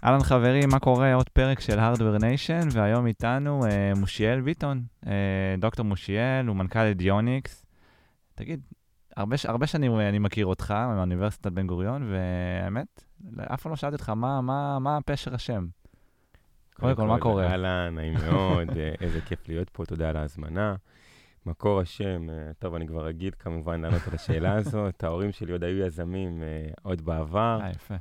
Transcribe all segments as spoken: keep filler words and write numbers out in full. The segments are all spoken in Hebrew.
אהלן חברים, מה קורה? עוד פרק של Hardware Nation, והיום איתנו אה, מושיאל ביטון. אה, דוקטור מושיאל, הוא מנכ"ל אדיוניקס. תגיד, הרבה, ש- הרבה שנים אני מכיר אותך מאוניברסיטת בן גוריון, והאמת, אף פעם לא שאלתי אותך מה, מה, מה פשר השם. קודם כל, מה קורה? אהלן, נעים מאוד, אה, איזה כיף להיות פה, תודה על ההזמנה. מקור השם, אה, טוב, אני כבר רגיל כמובן לענות על השאלה הזאת. ההורים שלי עוד היו יזמים אה, עוד בעבר, אה, יפה.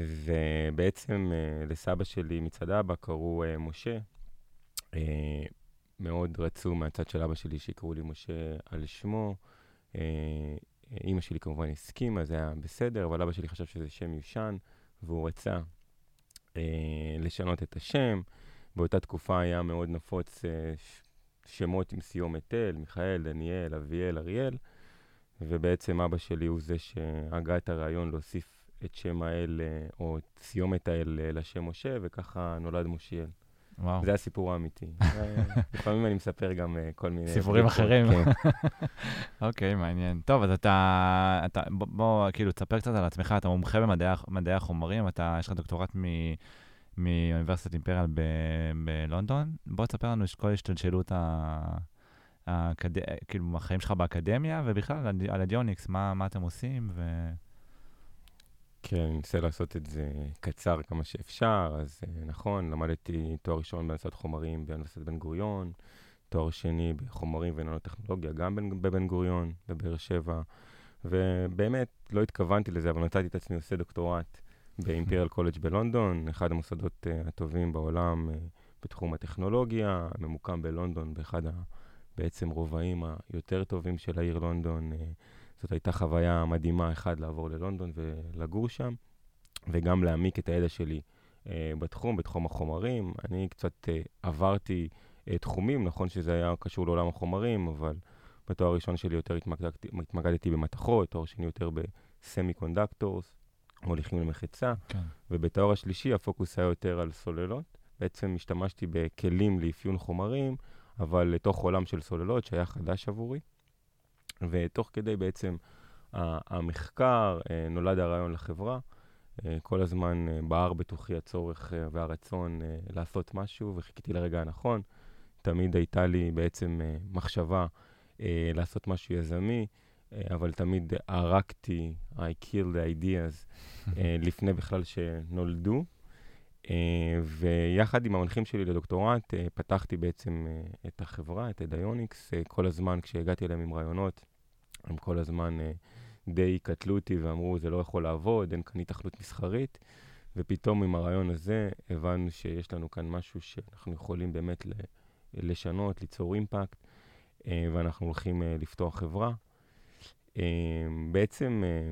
ובעצם אה, לסבא שלי מצד אבא קראו אה, משה. אה, מאוד רצו מהצד של אבא שלי שיקראו לי משה על שמו. אה, אימא שלי כמובן הסכימה, זה היה בסדר, אבל אבא שלי חשב שזה שם יושן, והוא רצה אה, לשנות את השם. באותה תקופה היה מאוד נפוץ אה, ש- שמות עם סיומת אל, מיכאל, דניאל, אביאל, אריאל, ובעצם אבא שלי הוא זה שהגה את הרעיון להוסיף את שם האל, אה, או את סיומת האל אה, לשם משה, וככה נולד מושיאל. וואו. זה הסיפור האמיתי. אה, לפעמים אני מספר גם אה, כל מיני... סיפורים בדיחות, אחרים. כן. אוקיי, מעניין. טוב, אז אתה, אתה בוא, בוא, כאילו, תספר קצת על עצמך, אתה מומחה במדעי הח- מדעי החומרים, אתה, יש לך דוקטורט מ... מאוניברסיטת אימפריאל ב- בלונדון. בוא תספר לנו את כל השתלשלות ה- האקד... כאילו, החיים שלך באקדמיה, ובכלל על, על אדיוניקס, מה, מה אתם עושים, ו... כן, אני אנסה לעשות את זה קצר כמה שאפשר. אז אה, נכון, למדתי תואר ראשון בהנדסת חומרים באוניברסיטת בן גוריון, תואר שני בחומרים וננוטכנולוגיה גם בן- בבן גוריון, בבאר שבע, ובאמת לא התכוונתי לזה, אבל מצאתי את עצמי עושה דוקטורט באימפריאל קולג' בלונדון, אחד המוסדות uh, הטובים בעולם uh, בתחום הטכנולוגיה, ממוקם בלונדון באחד ה... בעצם רובעים היותר טובים של העיר לונדון. Uh, זאת הייתה חוויה מדהימה, אחד, לעבור ללונדון ולגור שם, וגם להעמיק את הידע שלי uh, בתחום, בתחום החומרים. אני קצת uh, עברתי uh, תחומים, נכון שזה היה קשור לעולם החומרים, אבל בתואר הראשון שלי יותר התמקדתי, התמקדתי במתכות, תואר שני יותר בסמי קונדקטורס, מוליכים למחצה, כן. ובתואר השלישי הפוקוס היה יותר על סוללות. בעצם השתמשתי בכלים לאפיון חומרים, אבל לתוך עולם של סוללות שהיה חדש עבורי. ותוך כדי בעצם ה- המחקר, אה, נולד הרעיון לחברה. אה, כל הזמן אה, בער בתוכי הצורך אה, והרצון אה, לעשות משהו, וחיכיתי לרגע הנכון. תמיד הייתה לי בעצם אה, מחשבה אה, לעשות משהו יזמי, אה, אבל תמיד ערקתי, I kill the ideas, אה, לפני בכלל שנולדו. אה, ויחד עם המנחים שלי לדוקטורט, אה, פתחתי בעצם אה, את החברה, את אדיוניקס. אה, כל הזמן כשהגעתי אליהם עם רעיונות, הם כל הזמן אה, די קטלו אותי ואמרו, זה לא יכול לעבוד, אין כאן התכנות מסחרית. ופתאום עם הרעיון הזה הבנו שיש לנו כאן משהו שאנחנו יכולים באמת ל- לשנות, ליצור אימפקט, אה, ואנחנו הולכים אה, לפתוח חברה. אה, בעצם אה,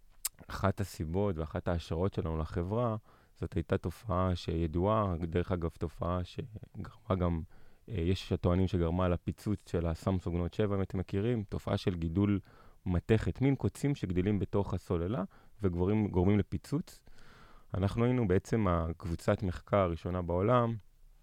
אחת הסיבות ואחת ההשערות שלנו לחברה, זאת הייתה תופעה שידועה, דרך אגב תופעה שגרמה גם, אה, יש שטוענים שגרמה לפיצוץ של הסמסונג נוט שבע, אם אתם מכירים, תופעה של גידול מתכת, מין קוצים שגדלים בתוך הסוללה וגורמים גורמים לפיצוץ. אנחנו היינו בעצם הקבוצת מחקר הראשונה בעולם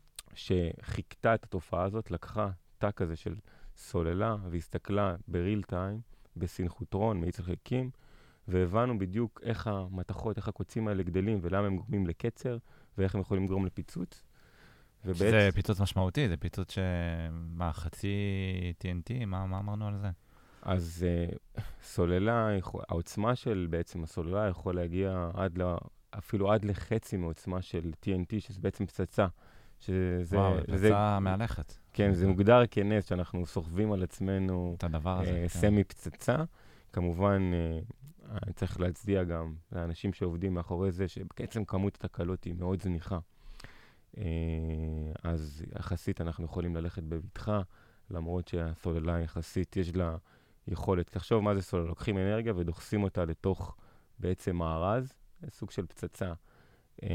שחיכתה את התופעה הזאת, לקחה תא כזה של סוללה והסתכלה בריל טיים, בסינכוטרון, מאיץ חלקיקים, והבנו בדיוק איך המתכות, איך הקוצים האלה גדלים ולמה הם גורמים לקצר ואיך הם יכולים לגרום לפיצוץ. שזה פיצוץ משמעותי, זה פיצוץ ש... מה, חצי טי אן טי? מה, מה אמרנו על זה? אז uh, סוללה, יכול- העוצמה של בעצם הסוללה יכול להגיע עד ל... אפילו עד לחצי מעוצמה של טי אן טי, שזה בעצם פצצה. שזה, וואו, וזה, פצצה מהלכת. כן, זה מוגדר כנס שאנחנו סוחבים על עצמנו את הדבר הזה, אה, כן. סמי פצצה. כמובן, אה, אה, צריך להצדיע גם לאנשים שעובדים מאחורי זה, שבעצם כמות התקלות היא מאוד זניחה. אה, אז יחסית אנחנו יכולים ללכת בבטחה, למרות שהסוללה יחסית יש לה יכולת. תחשוב מה זה סוללה, לוקחים אנרגיה ודוחסים אותה לתוך בעצם מארז, זה סוג של פצצה. אה,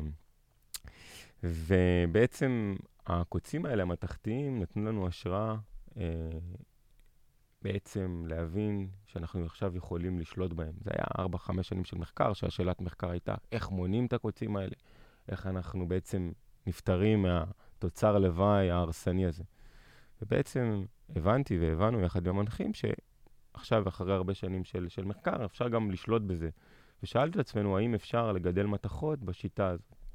ובעצם הקוצים האלה, המתכתיים, נתנו לנו השראה אה, בעצם להבין שאנחנו עכשיו יכולים לשלוט בהם. זה היה ארבע חמש שנים של מחקר, שהשאלת מחקר הייתה איך מונים את הקוצים האלה, איך אנחנו בעצם נפטרים מהתוצר לוואי ההרסני הזה. ובעצם הבנתי והבנו יחד עם המנחים שעכשיו, אחרי הרבה שנים של, של מחקר, אפשר גם לשלוט בזה. ושאלתי את עצמנו, האם אפשר לגדל מתכות בשיטה הזאת?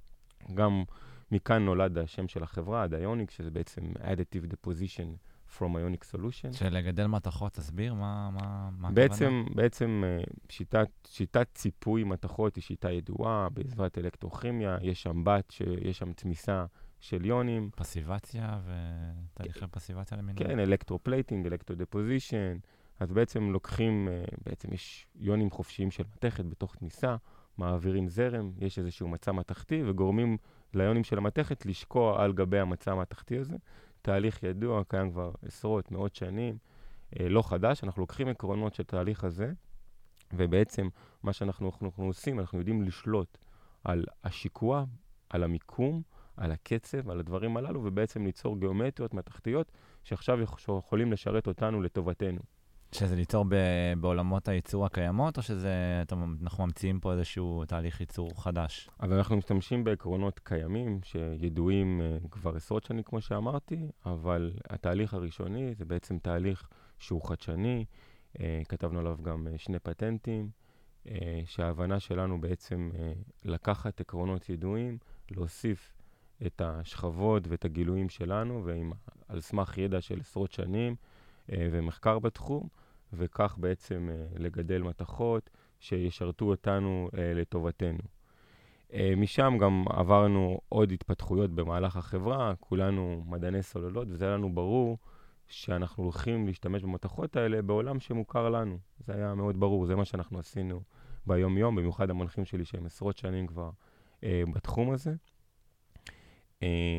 גם מכאן נולד השם של החברה, דיוניק, שזה בעצם Additive Deposition from Ionic Solution. שלגדל מתכות, תסביר מה, מה, מה בעצם, הכוונה? בעצם שיטת, שיטת ציפוי מתכות היא שיטה ידועה, בעזרת אלקטרוכימיה, יש שם בת, יש שם תמיסה של יונים. פסיבציה ותהליכי פסיבציה למיניהם. כן, אלקטרופלייטינג, אלקטרודפוזישן. אז בעצם לוקחים, בעצם יש יונים חופשיים של מתכת בתוך תמיסה, מעבירים זרם, יש איזשהו מצע מתכתי, וגורמים ליונים של המתכת לשקוע על גבי המצע המתכתי הזה. תהליך ידוע, קיים כבר עשרות, מאות שנים, לא חדש. אנחנו לוקחים עקרונות של תהליך הזה, ובעצם מה שאנחנו אנחנו, אנחנו עושים, אנחנו יודעים לשלוט על השיקוע, על המיקום, על הקצב, על הדברים הללו, ובעצם ליצור גיאומטריות מתכתיות, שעכשיו יכולים לשרת אותנו לטובתנו. שזה ליצור בעולמות הייצור הקיימות, או שזה, אנחנו ממציאים פה איזשהו תהליך ייצור חדש? אז אנחנו משתמשים בעקרונות קיימים, שידועים uh, כבר עשרות שנים, כמו שאמרתי, אבל התהליך הראשוני זה בעצם תהליך שהוא חדשני, uh, כתבנו עליו גם uh, שני פטנטים, uh, שההבנה שלנו בעצם uh, לקחת עקרונות ידועים, להוסיף את השכבות ואת הגילויים שלנו, ועם, על סמך ידע של עשרות שנים uh, ומחקר בתחום, וכך בעצם uh, לגדל מתכות שישרתו אותנו uh, לטובתנו. Uh, משם גם עברנו עוד התפתחויות במהלך החברה, כולנו מדעני סוללות, וזה היה לנו ברור שאנחנו הולכים להשתמש במתכות האלה בעולם שמוכר לנו. זה היה מאוד ברור, זה מה שאנחנו עשינו ביום יום, במיוחד המנחים שלי שהם עשרות שנים כבר uh, בתחום הזה. Uh,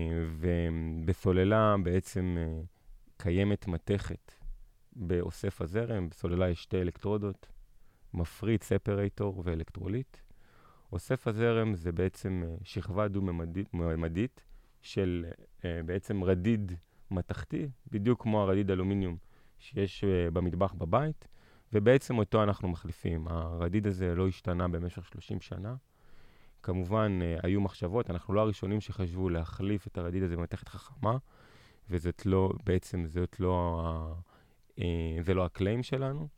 ובסוללה בעצם uh, קיימת מתכת באוסף הזרם. בסוללה יש שתי אלקטרודות, מפריד, ספרייטור ואלקטרוליט. אוסף הזרם זה בעצם uh, שכבה דו-ממדית של uh, בעצם רדיד מתכתי, בדיוק כמו הרדיד אלומיניום שיש uh, במטבח בבית, ובעצם אותו אנחנו מחליפים. הרדיד הזה לא השתנה במשך שלושים שנה. כמובן, uh, היו מחשבות, אנחנו לא הראשונים שחשבו להחליף את הרדיד הזה במתכת חכמה, וזאת לא, בעצם זאת לא, uh, uh, זה לא הקליים שלנו,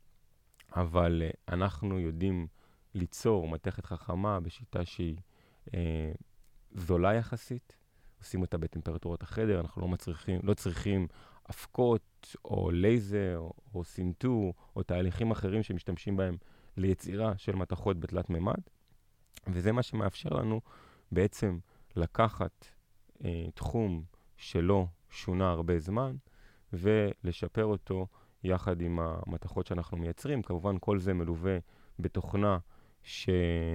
אבל uh, אנחנו יודעים ליצור מתכת חכמה בשיטה שהיא uh, זולה יחסית, עושים אותה בטמפרטורת החדר, אנחנו לא, מצריכים, לא צריכים אבקות או לייזר או, או סינטור או תהליכים אחרים שמשתמשים בהם ליצירה של מתכות בתלת מימד. וזה מה שמאפשר לנו בעצם לקחת אה, תחום שלא שונה הרבה זמן ולשפר אותו יחד עם המתכות שאנחנו מייצרים. כמובן כל זה מלווה בתוכנה ש...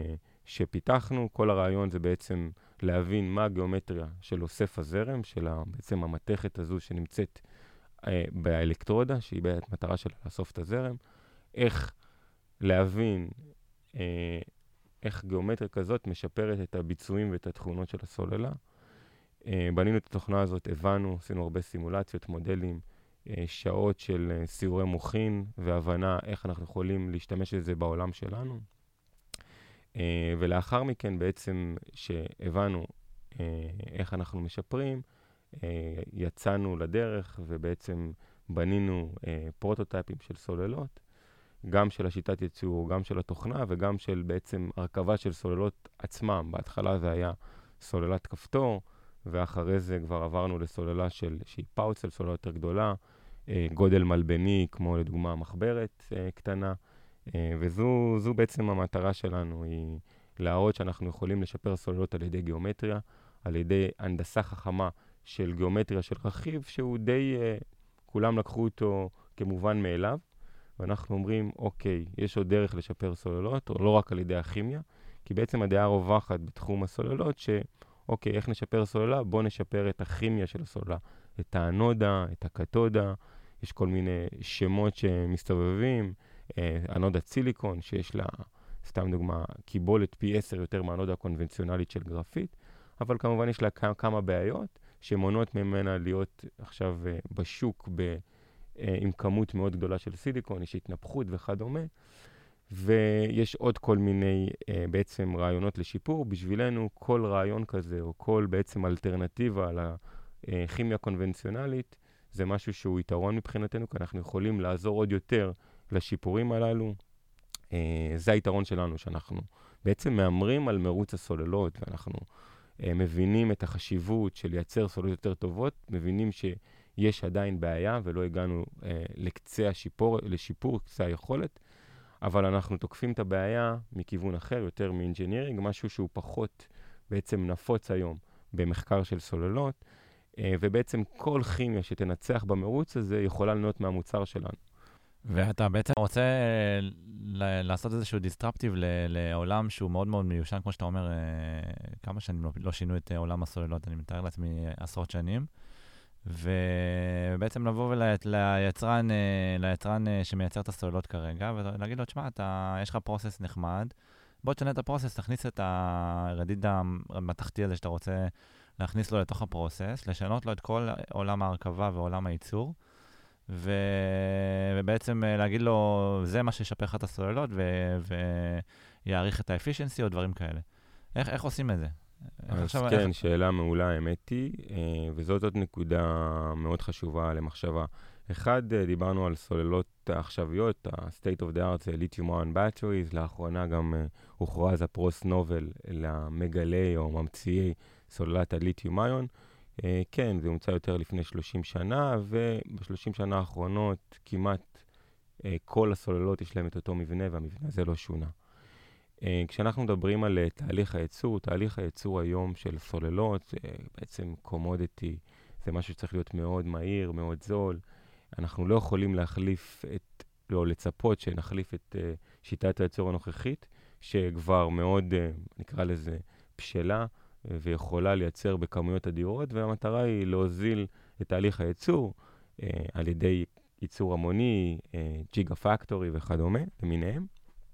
שפיתחנו. כל הרעיון זה בעצם להבין מה הגיאומטריה של אוסף הזרם, של בעצם המתכת הזו שנמצאת אה, באלקטרודה, שהיא בעצם מטרה שלה לאסוף את הזרם, איך להבין אה, איך גיאומטריה כזאת משפרת את הביצועים ואת התכונות של הסוללה. Uh, בנינו את התוכנה הזאת, הבנו, עשינו הרבה סימולציות, מודלים, uh, שעות של uh, סיורי מוחין והבנה איך אנחנו יכולים להשתמש בזה בעולם שלנו. Uh, ולאחר מכן בעצם שהבנו uh, איך אנחנו משפרים, uh, יצאנו לדרך ובעצם בנינו uh, פרוטוטייפים של סוללות, גם של השיטת ייצור, גם של התוכנה, וגם של בעצם הרכבה של סוללות עצמם. בהתחלה זה היה סוללת כפתור, ואחרי זה כבר עברנו לסוללה של, שהיא פאוצל, סוללה יותר גדולה, אה, גודל מלבני, כמו לדוגמה מחברת אה, קטנה, אה, וזו זו בעצם המטרה שלנו, היא להראות שאנחנו יכולים לשפר סוללות על ידי גיאומטריה, על ידי הנדסה חכמה של גיאומטריה של רכיב, שהוא די, אה, כולם לקחו אותו כמובן מאליו, ואנחנו אומרים, אוקיי, יש עוד דרך לשפר סוללות, או לא רק על ידי הכימיה, כי בעצם הדעה רווחת בתחום הסוללות, שאוקיי, איך נשפר סוללה? בוא נשפר את הכימיה של הסוללה, את האנודה, את הקתודה, יש כל מיני שמות שמסתובבים, אה, אנודת סיליקון, שיש לה, סתם דוגמה, קיבולת פי עשר יותר מהאנודה הקונבנציונלית של גרפית, אבל כמובן יש לה כמה, כמה בעיות, שמונות ממנה להיות עכשיו אה, בשוק ב... עם כמות מאוד גדולה של סיליקון, יש התנפחות וכדומה, ויש עוד כל מיני בעצם רעיונות לשיפור. בשבילנו כל רעיון כזה, או כל בעצם אלטרנטיבה לכימיה קונבנציונלית, זה משהו שהוא יתרון מבחינתנו, כי אנחנו יכולים לעזור עוד יותר לשיפורים הללו. זה היתרון שלנו, שאנחנו בעצם מאמרים על מרוץ הסוללות, ואנחנו מבינים את החשיבות של לייצר סוללות יותר טובות, מבינים שיש עדיין בעיה ולא הגענו לקצה השיפור, לשיפור, קצה היכולת, אבל אנחנו תוקפים את הבעיה מכיוון אחר, יותר מ-engineering, משהו שהוא פחות בעצם נפוץ היום במחקר של סוללות, ובעצם כל כימיה שתנצח במרוץ הזה יכולה לנות מהמוצר שלנו. ואתה בעצם רוצה לעשות איזשהו דיסטרפטיב לעולם שהוא מאוד מאוד מיושן, כמו שאתה אומר, כמה שנים לא שינו את עולם הסוללות, אני מתאר לעצמי עשרות שנים, ובעצם לבוא וליצרן, ליצרן שמייצר את הסוללות כרגע, ולהגיד לו, תשמע, יש לך פרוסס נחמד, בוא תשנה את הפרוסס, תכניס את הרדיד המתכתי הזה שאתה רוצה להכניס לו לתוך הפרוסס, לשנות לו את כל עולם ההרכבה ועולם הייצור, ו... ובעצם להגיד לו, זה מה שישפר לך את הסוללות, ו... ויעריך את האפישנסי או דברים כאלה. איך, איך עושים את זה? אז עכשיו, כן, איך... שאלה מעולה, האמת היא, וזאת עוד נקודה מאוד חשובה למחשבה. אחד, דיברנו על סוללות העכשוויות, ה-state of the art זה lithium-ion batteries, לאחרונה גם הוכרז הפרוס נובל למגלי או ממציאי סוללת הליתיום-איון. Uh, כן, זה הומצא יותר לפני שלושים שנה, וב-שלושים שנה האחרונות כמעט uh, כל הסוללות יש להם את אותו מבנה, והמבנה הזה לא שונה. Uh, כשאנחנו מדברים על uh, תהליך הייצור, תהליך הייצור היום של סוללות, uh, בעצם קומודיטי, זה משהו שצריך להיות מאוד מהיר, מאוד זול. אנחנו לא יכולים להחליף את, לא לצפות שנחליף את uh, שיטת הייצור הנוכחית, שכבר מאוד, uh, נקרא לזה, בשלה, ויכולה לייצר בכמויות אדירות, והמטרה היא להוזיל את תהליך הייצור אה, על ידי ייצור המוני, אה, ג'יגה פקטורי וכדומה, למיניהם.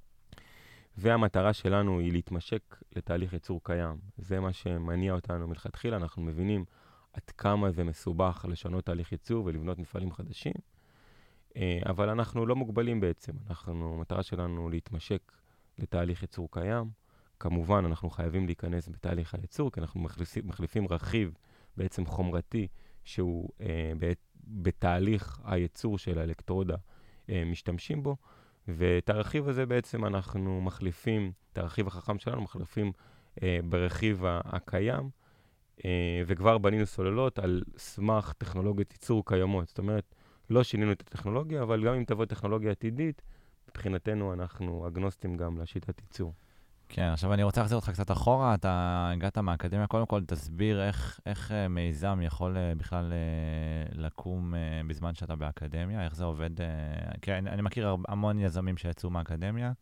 והמטרה שלנו היא להתמשק לתהליך ייצור קיים. זה מה שמניע אותנו מלכתחילה. אנחנו מבינים עד כמה זה מסובך לשנות תהליך ייצור ולבנות מפעלים חדשים, אה, אבל אנחנו לא מוגבלים בעצם. אנחנו, המטרה שלנו להתמשק לתהליך ייצור קיים. כמובן, אנחנו חייבים להיכנס בתהליך הייצור, כי אנחנו מחליפים, מחליפים רכיב בעצם חומרתי, שהוא אה, בת, בתהליך הייצור של האלקטרודה אה, משתמשים בו, ואת הרכיב הזה בעצם אנחנו מחליפים, את הרכיב החכם שלנו מחליפים אה, ברכיב הקיים, אה, וכבר בנינו סוללות על סמך טכנולוגיות ייצור קיימות. זאת אומרת, לא שינינו את הטכנולוגיה, אבל גם אם תבוא טכנולוגיה עתידית, מבחינתנו אנחנו אגנוסטים גם לשיטת ייצור. כן, עכשיו אני רוצה להחזיר אותך קצת אחורה, אתה הגעת מהאקדמיה, קודם כל תסביר איך, איך מיזם יכול בכלל לקום בזמן שאתה באקדמיה, איך זה עובד, כי אני, אני מכיר המון יזמים שיצאו מהאקדמיה,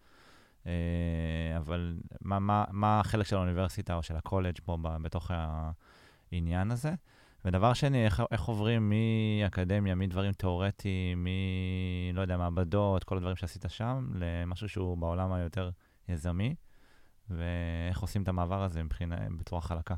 אבל מה, מה, מה החלק של האוניברסיטה או של הקולג' פה בתוך העניין הזה? ודבר שני, איך, איך עוברים מאקדמיה, מדברים תיאורטיים, מ, לא יודע, מעבדות, כל הדברים שעשית שם, למשהו שהוא בעולם היותר יזמי, ואיך עושים את המעבר הזה מבחינה, בצורה חלקה?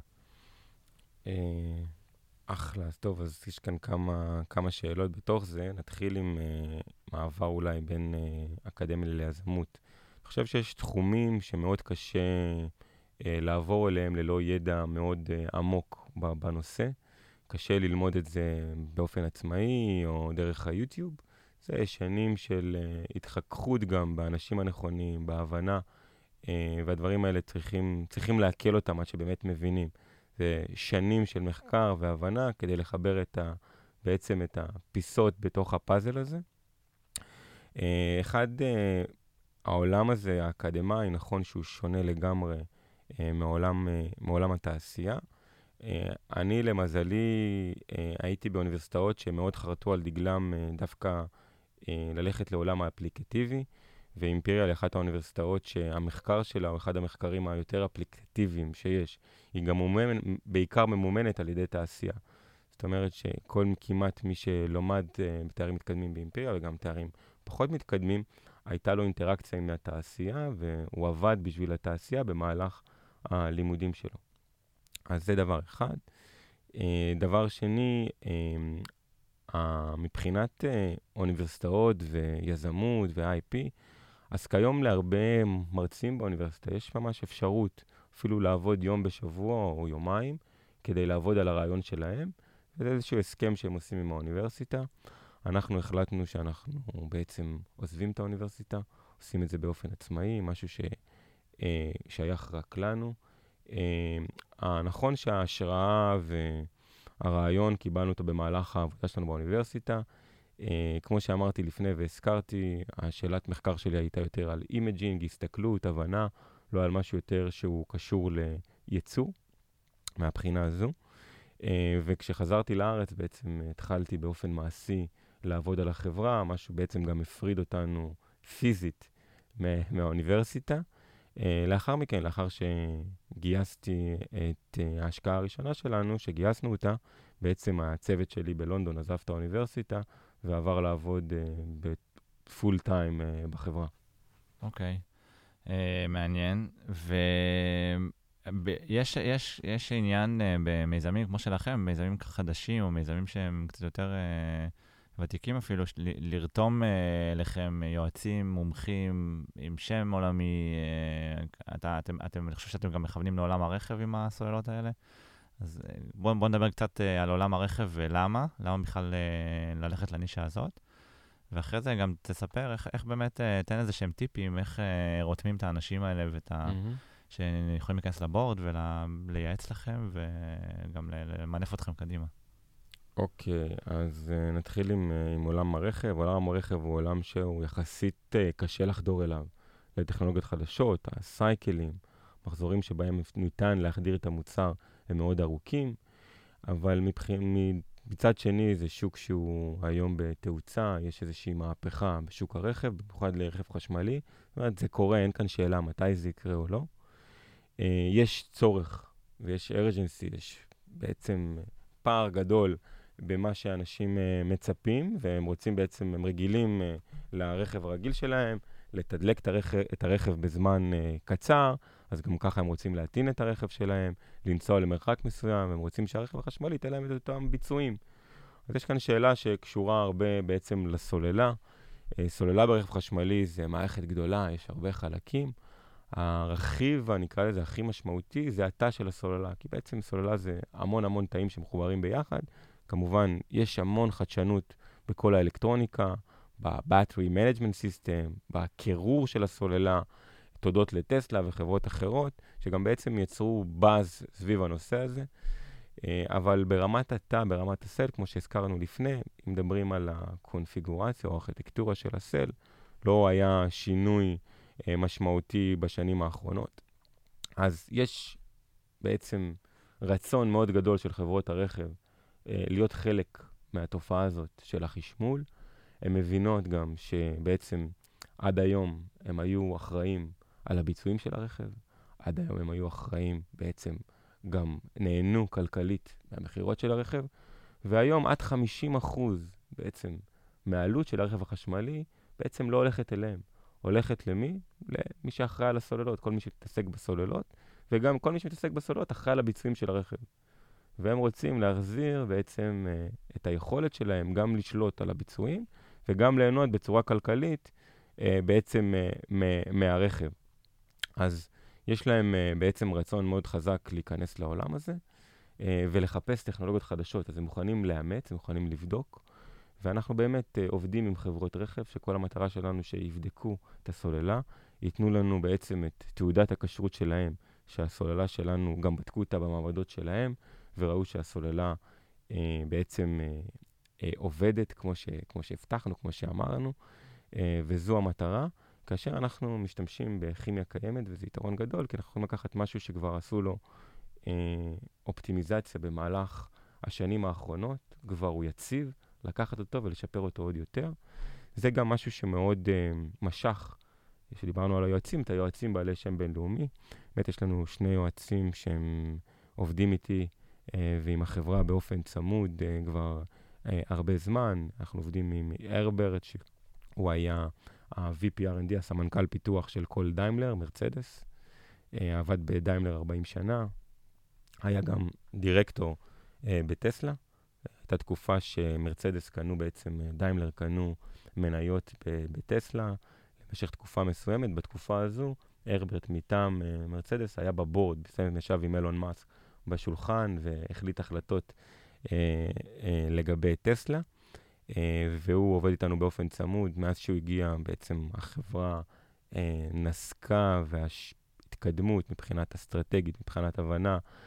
אחלה, אז טוב, אז יש כאן כמה, כמה שאלות בתוך זה. נתחיל עם מעבר אולי בין אקדמיה ליזמות. אני חושב שיש תחומים שמאוד קשה לעבור אליהם ללא ידע מאוד עמוק בנושא. קשה ללמוד את זה באופן עצמאי או דרך היוטיוב. זה שנים של התחככות גם באנשים הנכונים, בהבנה, והדברים האלה צריכים, צריכים להקל אותם עד שבאמת מבינים. זה שנים של מחקר והבנה כדי לחבר את ה, בעצם את הפיסות בתוך הפאזל הזה. אחד, העולם הזה, האקדמי, נכון שהוא שונה לגמרי מעולם, מעולם התעשייה. אני למזלי הייתי באוניברסיטאות שמאוד חרטו על דגלם דווקא ללכת לעולם האפליקטיבי, ואימפריאל, אחת האוניברסיטאות שהמחקר שלה הוא אחד המחקרים היותר אפליקטיביים שיש. היא גם מומנ... בעיקר ממומנת על ידי תעשייה. זאת אומרת שכל כמעט מי שלומד uh, בתארים מתקדמים באימפריאל וגם תארים פחות מתקדמים, הייתה לו אינטראקציה עם התעשייה, והוא עבד בשביל התעשייה במהלך הלימודים שלו. אז זה דבר אחד. Uh, דבר שני, uh, uh, מבחינת uh, אוניברסיטאות ויזמות ו-איי פי, אז כיום להרבה מרצים באוניברסיטה יש ממש אפשרות אפילו לעבוד יום בשבוע או יומיים כדי לעבוד על הרעיון שלהם. זה איזשהו הסכם שהם עושים עם האוניברסיטה. אנחנו החלטנו שאנחנו בעצם עוזבים את האוניברסיטה, עושים את זה באופן עצמאי, משהו ששייך רק לנו. נכון שההשראה והרעיון קיבלנו אותו במהלך העבודה שלנו באוניברסיטה. כמו שאמרתי לפני והזכרתי, השאלת מחקר שלי הייתה יותר על אימג'ינג, הסתכלות, הבנה, לא על משהו יותר שהוא קשור לייצור, מהבחינה הזו. וכשחזרתי לארץ בעצם התחלתי באופן מעשי לעבוד על החברה, משהו בעצם גם הפריד אותנו פיזית מהאוניברסיטה. לאחר מכן, לאחר שגייסתי את ההשקעה הראשונה שלנו, שגייסנו אותה, בעצם הצוות שלי בלונדון עזב את האוניברסיטה ועבר לעבוד בפול טיים בחברה. אוקיי, מעניין. ויש יש יש עניין במיזמים כמו שלכם, מיזמים חדשים או מיזמים שהם קצת יותר ותיקים אפילו, לרתום לכם יועצים, מומחים, עם שם עולמי. אתה, אתם, אתם, אני חושב שאתם גם מכוונים לעולם הרכב עם הסוללות האלה. אז בואו בוא נדבר קצת על עולם הרכב ולמה, למה בכלל ללכת לנישה הזאת. ואחרי זה גם תספר איך, איך באמת, תן איזה שהם טיפים, איך רותמים את האנשים האלה ואת ה... Mm-hmm. שיכולים להיכנס לבורד ולייעץ לכם וגם למנף אתכם קדימה. אוקיי, okay, אז uh, נתחיל עם, uh, עם עולם הרכב. עולם הרכב הוא עולם שהוא יחסית uh, קשה לחדור אליו. לטכנולוגיות חדשות, הסייקלים, מחזורים שבהם ניתן להחדיר את המוצר הם מאוד ארוכים, אבל מבח... מצד שני זה שוק שהוא היום בתאוצה, יש איזושהי מהפכה בשוק הרכב, במיוחד לרכב חשמלי. זאת אומרת, זה קורה, אין כאן שאלה מתי זה יקרה או לא. Uh, יש צורך ויש urgency, יש בעצם פער גדול במה שאנשים uh, מצפים, והם רוצים בעצם, הם רגילים uh, לרכב הרגיל שלהם, לתדלק את הרכב, את הרכב בזמן uh, קצר, אז גם ככה הם רוצים להטעין את הרכב שלהם, לנסוע למרחק מסוים, הם רוצים שהרכב החשמלי ייתן להם את אותם ביצועים. אז יש כאן שאלה שקשורה הרבה בעצם לסוללה. Uh, סוללה ברכב חשמלי זה מערכת גדולה, יש הרבה חלקים. הרכיב, נקרא לזה, הכי משמעותי, זה התא של הסוללה, כי בעצם סוללה זה המון המון תאים שמחוברים ביחד. כמובן, יש המון חדשנות בכל האלקטרוניקה, ב-Battery Management System, בקירור של הסוללה, תודות לטסלה וחברות אחרות, שגם בעצם יצרו באז סביב הנושא הזה. אבל ברמת התא, ברמת הסל, כמו שהזכרנו לפני, אם מדברים על הקונפיגורציה או הארכיטקטורה של הסל, לא היה שינוי משמעותי בשנים האחרונות. אז יש בעצם רצון מאוד גדול של חברות הרכב להיות חלק מהתופעה הזאת של החשמול. הן מבינות גם שבעצם עד היום הם היו אחראים על הביצועים של הרכב, עד היום הם היו אחראים בעצם גם נהנו כלכלית מהמחירות של הרכב, והיום עד חמישים אחוז בעצם מהעלות של הרכב החשמלי בעצם לא הולכת אליהם. הולכת למי? למי שאחראי על הסוללות, כל מי שמתעסק בסוללות, וגם כל מי שמתעסק בסוללות אחראי על הביצועים של הרכב. והם רוצים להחזיר בעצם uh, את היכולת שלהם גם לשלוט על הביצועים, וגם ליהנות בצורה כלכלית uh, בעצם uh, מ- מהרכב. אז יש להם uh, בעצם רצון מאוד חזק להיכנס לעולם הזה, uh, ולחפש טכנולוגיות חדשות. אז הם מוכנים לאמץ, הם מוכנים לבדוק, ואנחנו באמת uh, עובדים עם חברות רכב, שכל המטרה שלנו שיבדקו את הסוללה, ייתנו לנו בעצם את תעודת הכשרות שלהם, שהסוללה שלנו גם בדקו אותה במעבדות שלהם, וראו שהסוללה אה, בעצם אה, אה, עובדת כמו, ש, כמו שהבטחנו, כמו שאמרנו, אה, וזו המטרה. כאשר אנחנו משתמשים בכימיה קיימת, וזה יתרון גדול, כי אנחנו יכולים לקחת משהו שכבר עשו לו אה, אופטימיזציה במהלך השנים האחרונות, כבר הוא יציב, לקחת אותו ולשפר אותו עוד יותר. זה גם משהו שמאוד אה, משך, שדיברנו על היועצים, את היועצים בעלי שם בינלאומי. באמת יש לנו שני יועצים שהם עובדים איתי, ועם החברה באופן צמוד כבר הרבה זמן. אנחנו עובדים עם הרברט, שהוא היה ה-וי פי אר אנד די, הסמנכ"ל פיתוח של כל דיימלר, מרצדס. עבד בדיימלר ארבעים שנה. היה גם דירקטור בטסלה. הייתה תקופה שמרצדס קנו בעצם, דיימלר קנו מניות בטסלה במשך תקופה מסוימת. בתקופה הזו, הרברט מטעם מרצדס היה בבורד, בסדר נשב עם אילון מאסק בשולחן והחליט החלטות אה, אה, לגבי טסלה, אה, והוא עובד איתנו באופן צמוד. מאז שהוא הגיע בעצם החברה אה, נסקה וההתקדמות מבחינת אסטרטגית, מבחינת הבנה,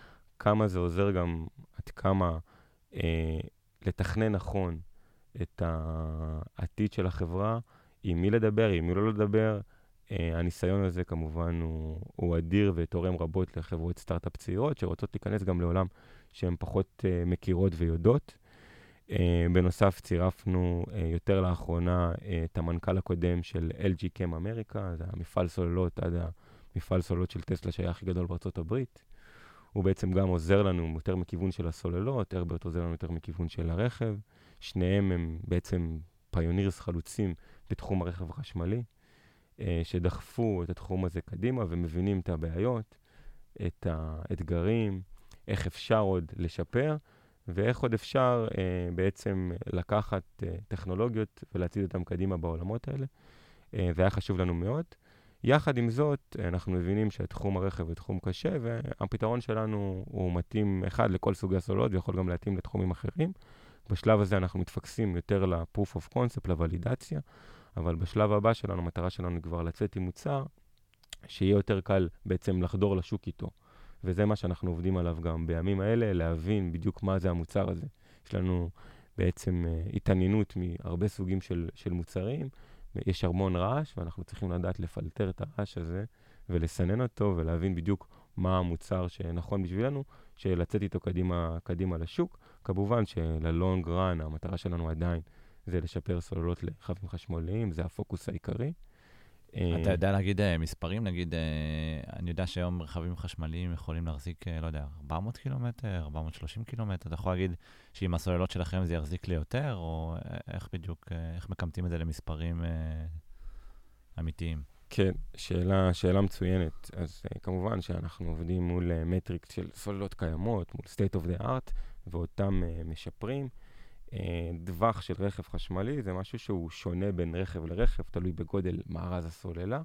כמה זה עוזר גם, עד כמה אה, לתכנן נכון את העתיד של החברה, עם מי לדבר, עם מי לא לדבר. אה, הניסיון הזה כמובן הוא, הוא אדיר ותורם רבות לחברות סטארט-אפ צעירות, שרוצות להיכנס גם לעולם שהן פחות אה, מכירות ויודעות. Uh, בנוסף, צירפנו uh, יותר לאחרונה uh, את המנכ"ל הקודם של אל ג'י Chem אמריקה, זה המפעל סוללות עד המפעל סוללות של טסלה שהיה הכי גדול בארצות הברית. הוא בעצם גם עוזר לנו יותר מכיוון של הסוללות, הרברט עוזר לנו יותר מכיוון של הרכב. שניהם הם בעצם פיונירס חלוצים בתחום הרכב החשמלי, uh, שדחפו את התחום הזה קדימה ומבינים את הבעיות, את האתגרים, איך אפשר עוד לשפר, ואיך עוד אפשר אה, בעצם לקחת אה, טכנולוגיות ולהציד אותם קדימה בעולמות האלה. אה, זה היה חשוב לנו מאוד. יחד עם זאת, אנחנו מבינים שהתחום הרכב הוא תחום קשה, והפתרון שלנו הוא מתאים אחד לכל סוגי הסוללות, ויכול גם להתאים לתחומים אחרים. בשלב הזה אנחנו מתפקסים יותר ל-proof of concept, לוולידציה, אבל בשלב הבא שלנו, המטרה שלנו כבר לצאת עם מוצר, שיהיה יותר קל בעצם לחדור לשוק איתו. וזה מה שאנחנו עובדים עליו גם בימים האלה, להבין בדיוק מה זה המוצר הזה. יש לנו בעצם uh, התעניינות מהרבה סוגים של, של מוצרים, יש המון רעש, ואנחנו צריכים לדעת לפלטר את הרעש הזה, ולסנן אותו, ולהבין בדיוק מה המוצר שנכון בשבילנו, שלצאת איתו קדימה, קדימה לשוק. כמובן שללונג רן, המטרה שלנו עדיין זה לשפר סוללות לרכבים חשמליים, זה הפוקוס העיקרי. אתה יודע להגיד מספרים? נגיד, אני יודע שהיום רכבים חשמליים יכולים להחזיק, לא יודע, ארבע מאות קילומטר, ארבע מאות ושלושים קילומטר. אתה יכול להגיד שעם הסוללות שלכם זה יחזיק לי יותר, או איך בדיוק, איך מקמתים את זה למספרים אמיתיים? כן, שאלה, שאלה מצוינת. אז כמובן שאנחנו עובדים מול מטריקס של סוללות קיימות, מול state of the art, ואותם משפרים. דווח של רכב חשמלי זה משהו שהוא שונה בין רכב לרכב, תלוי בגודל מארז הסוללה.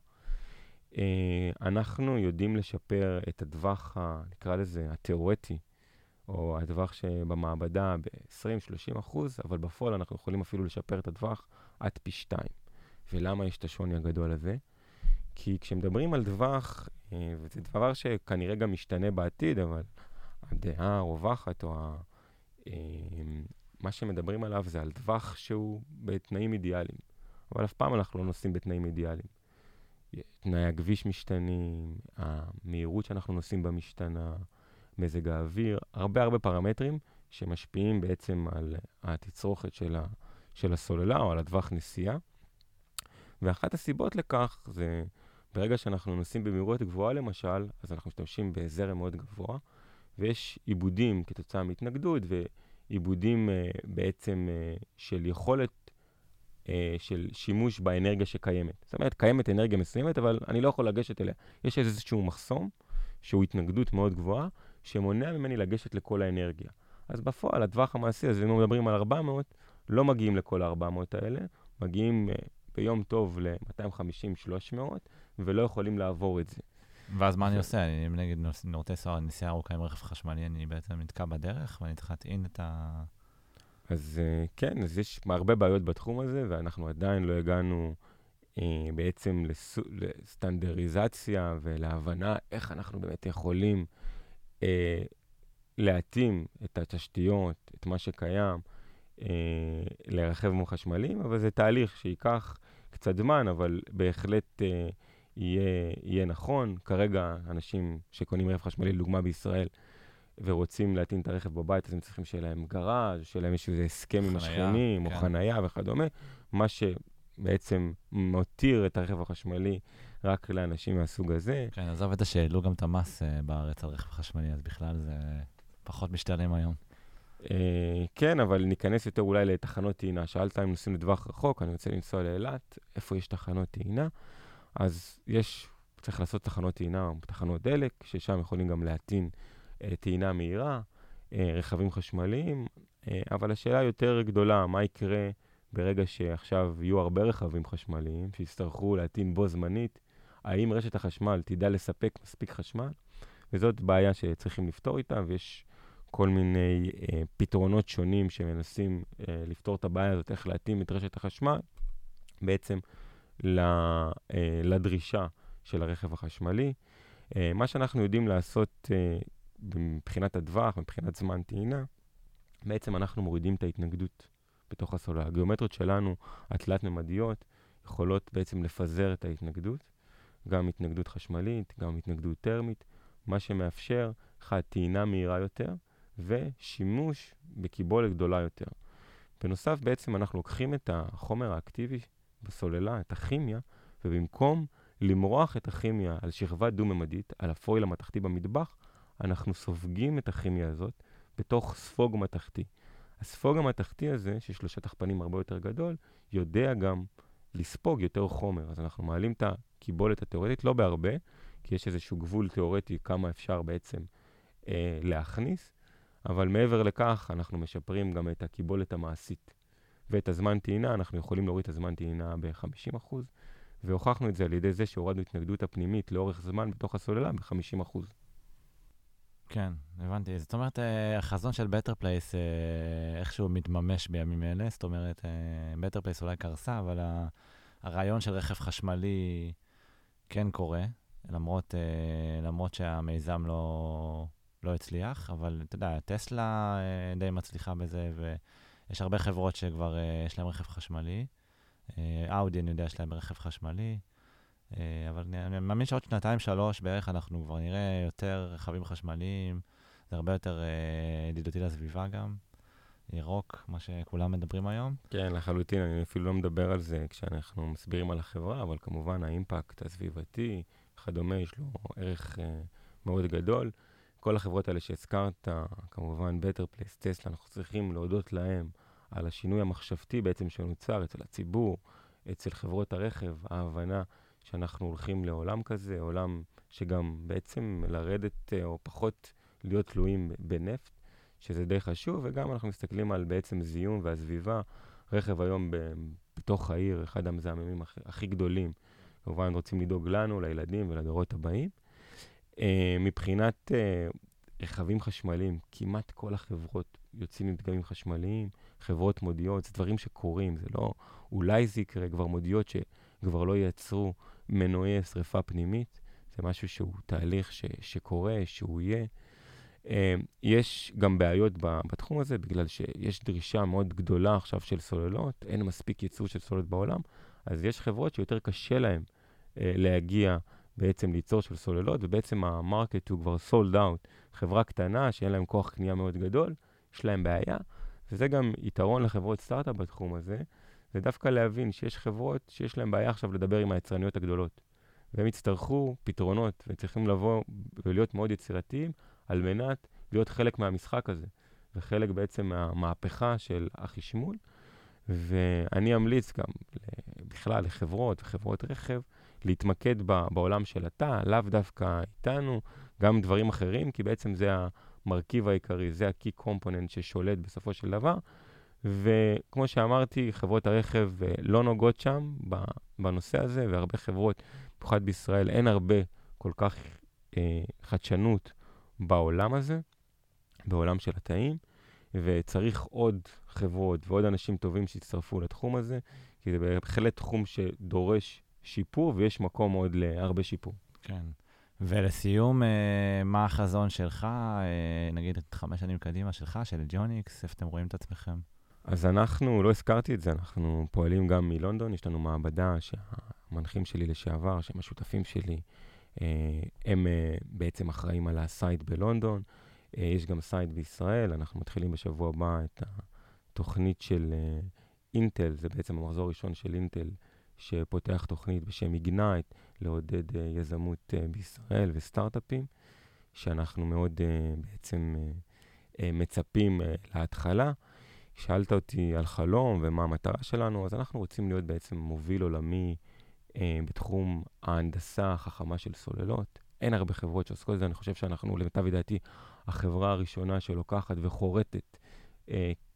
אנחנו יודעים לשפר את הדווח, נקרא לזה, התיאורטי, או הדווח שבמעבדה ב-עשרים שלושים אחוז, אבל בפועל אנחנו יכולים אפילו לשפר את הדווח עד פי שתיים. ולמה יש את השוני הגדול הזה? כי כשמדברים על דווח, וזה דבר שכנראה גם משתנה בעתיד, אבל הדעה הרווחת או ה... מה שמדברים עליו זה על דווח שהוא בתנאים אידיאליים. אבל אף פעם אנחנו לא נוסעים בתנאים אידיאליים. תנאי הכביש משתנים, המהירות שאנחנו נוסעים בה משתנה, מזג האוויר, הרבה הרבה פרמטרים שמשפיעים בעצם על התצרוכת של, ה, של הסוללה או על הדווח נסיעה. ואחת הסיבות לכך זה ברגע שאנחנו נוסעים במהירות גבוהה למשל, אז אנחנו משתמשים בזרם מאוד גבוה, ויש עיבודים כתוצאה מהתנגדות ו... עיבודים uh, בעצם uh, של יכולת uh, של שימוש באנרגיה שקיימת. זאת אומרת, קיימת אנרגיה מסוימת, אבל אני לא יכול לגשת אליה. יש איזשהו מחסום, שהוא התנגדות מאוד גבוהה, שמונע ממני לגשת לכל האנרגיה. אז בפועל, הדווח המעשי, אז אם מדברים על ארבע מאות, לא מגיעים לכל ה-ארבע מאות האלה, מגיעים uh, ביום טוב ל-מאתיים וחמישים שלוש מאות, ולא יכולים לעבור את זה. ואז מה אני עושה? אני נגיד נורתי סוער, נסיעה ארוכה עם רכב חשמלי, אני בעצם נתקע בדרך ואני צריך להטעין את ה... אז כן, אז יש הרבה בעיות בתחום הזה, ואנחנו עדיין לא הגענו אה, בעצם לסו, לסטנדריזציה ולהבנה איך אנחנו באמת יכולים אה, להתאים את התשתיות, את מה שקיים, אה, לרכבים חשמליים, אבל זה תהליך שיקח קצת זמן, אבל בהחלט... אה, יהיה, יהיה נכון. כרגע אנשים שקונים רכב חשמלי, לדוגמה בישראל, ורוצים להטעין את הרכב בבית, אז הם צריכים שיהיה להם גראז', שיהיה להם איזשהו הסכם עם השכנים, או חנייה וכדומה. מה שבעצם מותיר את הרכב החשמלי רק לאנשים מהסוג הזה. כן, עזוב את השאלו גם את המס בארץ על רכב חשמלי, אז בכלל זה פחות משתלם היום. כן, אבל ניכנס יותר אולי לתחנות טעינה. שאלת אם נוסעים לדווח רחוק, אני רוצה לנסוע לאילת, איפה יש תחנות טעינה? אז יש, צריך לעשות תחנות טעינה, תחנות דלק, ששם יכולים גם להטעין אה, טעינה מהירה, אה, רכבים חשמליים, אה, אבל השאלה יותר גדולה, מה יקרה ברגע שעכשיו יהיו הרבה רכבים חשמליים, שיצטרכו להטעין בו זמנית, האם רשת החשמל תדע לספק מספיק חשמל? וזאת בעיה שצריכים לפתור איתה, ויש כל מיני אה, פתרונות שונים שמנסים אה, לפתור את הבעיה הזאת, איך להתאים את רשת החשמל, בעצם לדרישה של הרכב החשמלי. מה שאנחנו יודעים לעשות מבחינת הדווח, מבחינת זמן טעינה, בעצם אנחנו מורידים את ההתנגדות בתוך הסוללה. הגיאומטריות שלנו, התלת-ממדיות, יכולות בעצם לפזר את ההתנגדות, גם התנגדות חשמלית, גם התנגדות טרמית, מה שמאפשר אחד, טעינה מהירה יותר, ושימוש בקיבולת גדולה יותר. בנוסף, בעצם אנחנו לוקחים את החומר האקטיבי בסוללה, את הכימיה, ובמקום למרוח את הכימיה על שכבה דו-ממדית, על הפויל המתכתי במטבח, אנחנו סופגים את הכימיה הזאת בתוך ספוג מתכתי. הספוג המתכתי הזה, שיש לו שטח פנים הרבה יותר גדול, יודע גם לספוג יותר חומר. אז אנחנו מעלים את הקיבולת התיאורטית, לא בהרבה, כי יש איזשהו גבול תיאורטי כמה אפשר בעצם אה, להכניס, אבל מעבר לכך אנחנו משפרים גם את הקיבולת המעשית. ואת הזמן טעינה, אנחנו יכולים להוריד את הזמן טעינה ב-חמישים אחוז, והוכחנו את זה על ידי זה שהורדנו התנגדות הפנימית לאורך זמן בתוך הסוללה ב-חמישים אחוז. כן, הבנתי. זאת אומרת, החזון של Better Place איכשהו מתממש בימים אלה, זאת אומרת, Better Place אולי קרסה, אבל הרעיון של רכב חשמלי כן קורה, למרות, למרות שהמיזם לא, לא הצליח, אבל אתה יודע, טסלה די מצליחה בזה, ויש הרבה חברות שכבר יש להם רכב חשמלי. אאודי, אני יודע, יש להם רכב חשמלי. אבל אני מאמין שעוד שנתיים, שלוש בערך, אנחנו כבר נראה יותר רכבים חשמליים, זה הרבה יותר ידידותי לסביבה גם, ירוק, מה שכולם מדברים היום. כן, לחלוטין, אני אפילו לא מדבר על זה כשאנחנו מסבירים על החברה, אבל כמובן האימפקט הסביבתי, כדומה, יש לו ערך אה, מאוד גדול. כל החברות האלה שהזכרת, כמובן Better Place, טסלה, אנחנו צריכים להודות להם על השינוי המחשבתי בעצם שנוצר אצל הציבור, אצל חברות הרכב, ההבנה שאנחנו הולכים לעולם כזה, עולם שגם בעצם לרדת או פחות להיות תלויים בנפט, שזה די חשוב, וגם אנחנו מסתכלים על בעצם זיהום והסביבה. רכב היום ב- בתוך העיר, אחד המזהמים הכי, הכי גדולים, כמובן רוצים לדאוג לנו, לילדים ולדורות הבאים. Uh, מבחינת uh, רכבים חשמליים, כמעט כל החברות יוצאים עם דגמים חשמליים, חברות מודיעות, זה דברים שקורים, זה לא, אולי זה יקרה, כבר מודיעות שכבר לא ייצרו מנועי שריפה פנימית, זה משהו שהוא תהליך ש, שקורה, שהוא יהיה. Uh, יש גם בעיות ב, בתחום הזה, בגלל שיש דרישה מאוד גדולה עכשיו של סוללות, אין מספיק ייצור של סוללות בעולם, אז יש חברות שיותר קשה להן uh, להגיע בעצם ליצור של סוללות, ובעצם המרקט הוא כבר sold out. חברה קטנה שאין להם כוח קנייה מאוד גדול, יש להם בעיה, וזה גם יתרון לחברות סטארט-אפ בתחום הזה, זה דווקא להבין שיש חברות שיש להם בעיה עכשיו לדבר עם היצרניות הגדולות, והם יצטרכו פתרונות, וצריכים לבוא ולהיות מאוד יצירתיים, על מנת להיות חלק מהמשחק הזה, וחלק בעצם מהמהפכה של החשמול, ואני אמליץ גם בכלל לחברות וחברות רכב, להתמקד בעולם של התא, לאו דווקא איתנו, גם דברים אחרים, כי בעצם זה המרכיב העיקרי, זה ה-key component ששולט בסופו של דבר, וכמו שאמרתי, חברות הרכב לא נוגעות שם בנושא הזה, והרבה חברות, במיוחד בישראל, אין הרבה כל כך אה, חדשנות בעולם הזה, בעולם של התאים, וצריך עוד חברות ועוד אנשים טובים שיצטרפו לתחום הזה, כי זה בהחלט תחום שדורש שיפור, ויש מקום עוד להרבה שיפור. כן. ולסיום, מה החזון שלך, נגיד את חמש שנים קדימה שלך, של ג'וניקס, איפה אתם רואים את עצמכם? אז אנחנו, לא הזכרתי את זה, אנחנו פועלים גם מלונדון, יש לנו מעבדה שהמנחים שלי לשעבר, שהם השותפים שלי, הם בעצם אחראים על הסייט בלונדון, יש גם סייט בישראל, אנחנו מתחילים בשבוע הבא את התוכנית של אינטל, זה בעצם המחזור הראשון של אינטל, שפותח תוכנית בשם איגנייט, לעודד uh, יזמות uh, בישראל וסטארט-אפים, שאנחנו מאוד uh, בעצם uh, uh, מצפים uh, להתחלה. שאלת אותי על חלום ומה המטרה שלנו, אז אנחנו רוצים להיות בעצם מוביל עולמי uh, בתחום ההנדסה החכמה של סוללות. אין הרבה חברות שעוסקות את זה, אני חושב שאנחנו, למיטב ידיעתי, החברה הראשונה שלוקחת וחורטת uh,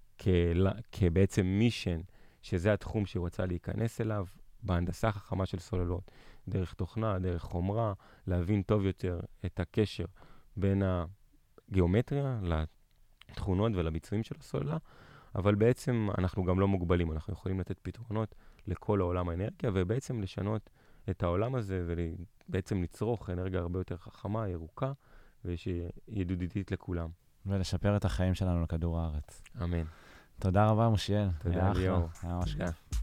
כ- כבעצם מישן, שזה התחום שהיא רוצה להיכנס אליו, בהנדסה החכמה של סוללות, דרך תוכנה, דרך חומרה, להבין טוב יותר את הקשר בין הגיאומטריה לתכונות ולביצועים של הסוללה, אבל בעצם אנחנו גם לא מוגבלים, אנחנו יכולים לתת פתרונות לכל העולם האנרגיה, ובעצם לשנות את העולם הזה, ובעצם לצרוך אנרגיה הרבה יותר חכמה, ירוקה, ושידידותית לכולם. ולשפר את החיים שלנו לכדור הארץ. אמן. תודה רבה, מושיאל. תודה, היה אחלה. ליאור. היה ממש תודה. כיף.